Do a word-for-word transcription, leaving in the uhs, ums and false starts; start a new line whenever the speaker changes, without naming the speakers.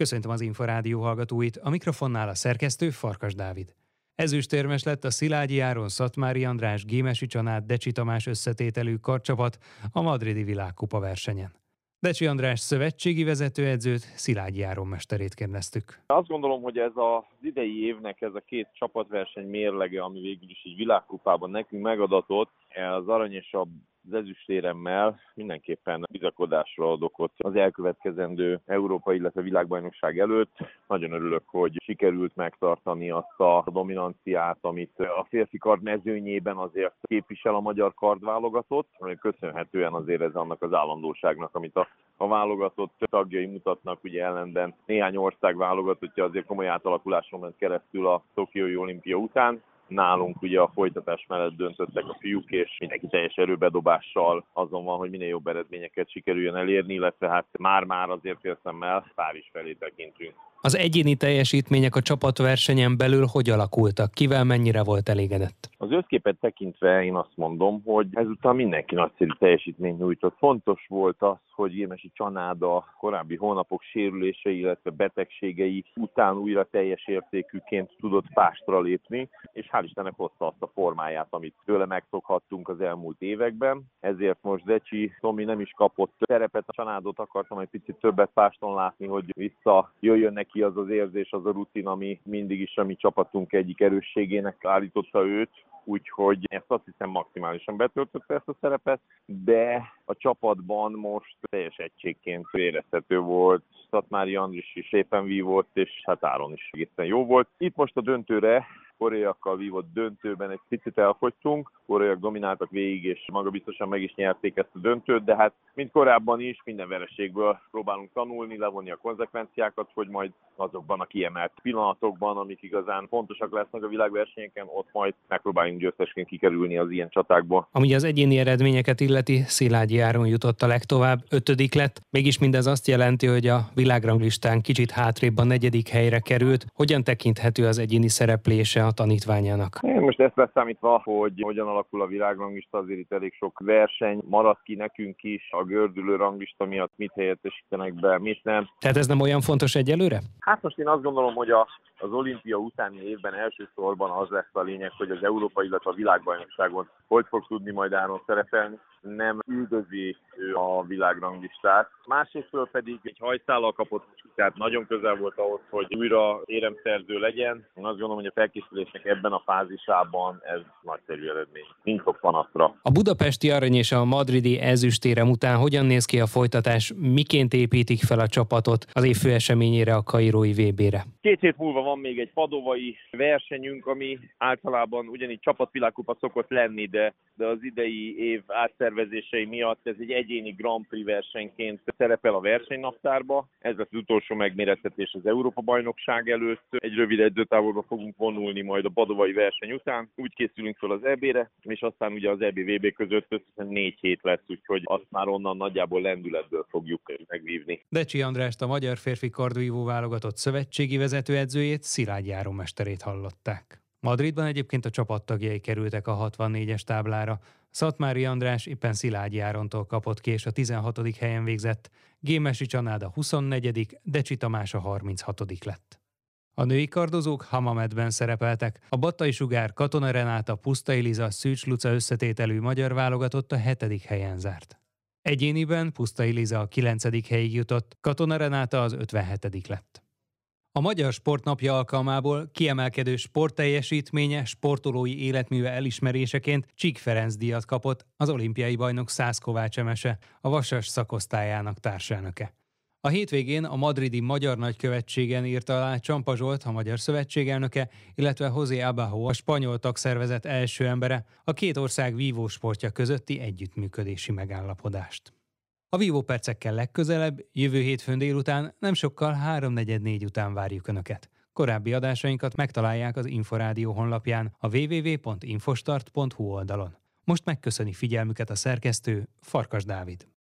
Köszöntöm az Inforádió hallgatóit, a mikrofonnál a szerkesztő Farkas Dávid. Ezüstérmes lett a Szilágyi Áron, Szatmári András, Gémesi Csanád, Decsi Tamás összetételű karcsapat a madridi világkupa versenyen. Decsi András szövetségi vezetőedzőt, Szilágyi Áron mesterét kérdeztük.
Azt gondolom, hogy ez az idei évnek ez a két csapatverseny mérlege, ami végül is így világkupában nekünk megadatott, az arany és az ezüstéremmel mindenképpen bizakodásra ad okot az elkövetkezendő Európa, illetve világbajnokság előtt. Nagyon örülök, hogy sikerült megtartani azt a dominanciát, amit a férfi kard mezőnyében azért képvisel a magyar kardválogatott, ami köszönhetően azért ez annak az állandóságnak, amit a, a válogatott tagjai mutatnak, ugye ellenben néhány ország válogatottja azért komoly átalakuláson ment keresztül a Tokiói olimpia után. Nálunk ugye a folytatás mellett döntöttek a fiúk, és mindenki teljes erőbedobással azon van, hogy minél jobb eredményeket sikerüljön elérni, illetve hát már-már azért félszemmel Párizs felé tekintünk.
Az egyéni teljesítmények a csapatversenyen belül hogy alakultak? Kivel mennyire volt elégedett?
Az összképet tekintve én azt mondom, hogy ezután mindenki nagyszerű teljesítményt nyújtott. Fontos volt az, hogy Gémesi Csanád a korábbi hónapok sérülései, illetve betegségei után újra teljes értékűként tudott pástra lépni, és hál' Istennek hozta azt a formáját, amit tőle megszokhattunk az elmúlt években. Ezért most Decsi Tomi nem is kapott szerepet, a Csanádot akartam egy picit többet páston látni, hogy visszajöjjön neki az az érzés, az a rutin, ami mindig is a mi csapatunk egyik erősségének állította őt. Úgyhogy ezt azt hiszem maximálisan betöltötte ezt a szerepet, de a csapatban most teljes egységként érezhető volt. Szatmári Andris is szépen vívott, és hát Áron is egészen jó volt. Itt most a döntőre, koreaiakkal vívott döntőben egy picit elfogytunk, koreaiak domináltak végig, és magabiztosan meg is nyerték ezt a döntőt, de hát mint korábban is, minden vereségből próbálunk tanulni, levonni a konzekvenciákat, hogy majd azokban a kiemelt pillanatokban, amik igazán fontosak lesznek a világversenyeken, ott majd megpróbáljunk győztesként kikerülni az ilyen csatákból.
Ami az egyéni eredményeket illeti, Szilágyi Áron jutott a legtovább, ötödik lett, mégis mindez azt jelenti, hogy a világranglistán kicsit hátrébb a negyedik helyre került. Hogyan tekinthető az egyéni szereplése a tanítványának?
Én most ezt leszámítva, hogy hogyan alakul a világranglista, azért itt elég sok verseny maradt ki nekünk is, a gördülő ranglista miatt mit helyettesítenek be, mit nem.
Tehát ez nem olyan fontos egyelőre?
Hát most én azt gondolom, hogy a, az olimpia utáni évben elsősorban az lesz a lényeg, hogy az Európa, illetve a világbajnokságon hogy fog tudni majd Áron szerepelni. Nem üldözi ő a világranglistát. Másrésztről pedig egy hajszállal kapott, tehát nagyon közel volt ahhoz, hogy újra éremszerző legyen. Én azt gondolom, hogy a felkészülésnek ebben a fázisában ez nagyszerű eredmény. Nincs sok panaszra.
A budapesti arany és a madridi ezüstérem után hogyan néz ki a folytatás? Miként építik fel a csapatot az év fő eseményére, a kairói vé bére?
Két hét múlva van még egy padovai versenyünk, ami általában ugyanígy csapatvilágkupa szokott lenni, de, de az idei év átszervezései miatt ez egy egyéni Grand Prix versenyként szerepel a versenynaptárba. Ez lesz az utolsó megmérettetés az Európa-bajnokság előtt. Egy rövid edzőtávolba fogunk vonulni majd a padovai verseny után. Úgy készülünk fel az é bé-re, és aztán ugye az é bé-vé bé között összesen négy hét lesz, úgyhogy azt már onnan nagyjából lendületből fogjuk megvívni.
Decsi Andrást, a magyar férfi kardvívó válogatott szövetségi vezetőedzőjét, Szilágyi Áron mesterét hallották. Madridban egyébként a csapattagjai kerültek a hatvannégyes táblára. Szatmári András éppen Szilágyi Árontól kapott ki, és a tizenhatodik helyen végzett. Gémesi Csanád a huszonnegyedik, Decsi Tamás a harminchatodik lett. A női kardozók Hamamedben szerepeltek. A Battai Sugár, Katona Renáta, Pusztai Liza, Szűcs Luca összetételű magyar válogatott a hetedik helyen zárt. Egyéniben Pusztai Liza a kilencedik helyig jutott, Katona Renáta az ötvenhetedik lett. A Magyar Sportnapja alkalmából kiemelkedő sportteljesítménye, sportolói életműve elismeréseként Csík Ferenc díjat kapott az olimpiai bajnok Szász Kovács Emese, a vasas szakosztályának társelnöke. A hétvégén a madridi Magyar Nagykövetségen írta alá Csampa Zsolt, a magyar szövetségelnöke, illetve José Abajo, a spanyol tagszervezet első embere, a két ország vívósportja közötti együttműködési megállapodást. A vívópercekkel legközelebb, jövő hétfőn délután, nem sokkal háromnegyed után várjuk Önöket. Korábbi adásainkat megtalálják az Inforádió honlapján, a double-u double-u double-u pont infostart pont hu oldalon. Most megköszöni figyelmüket a szerkesztő, Farkas Dávid.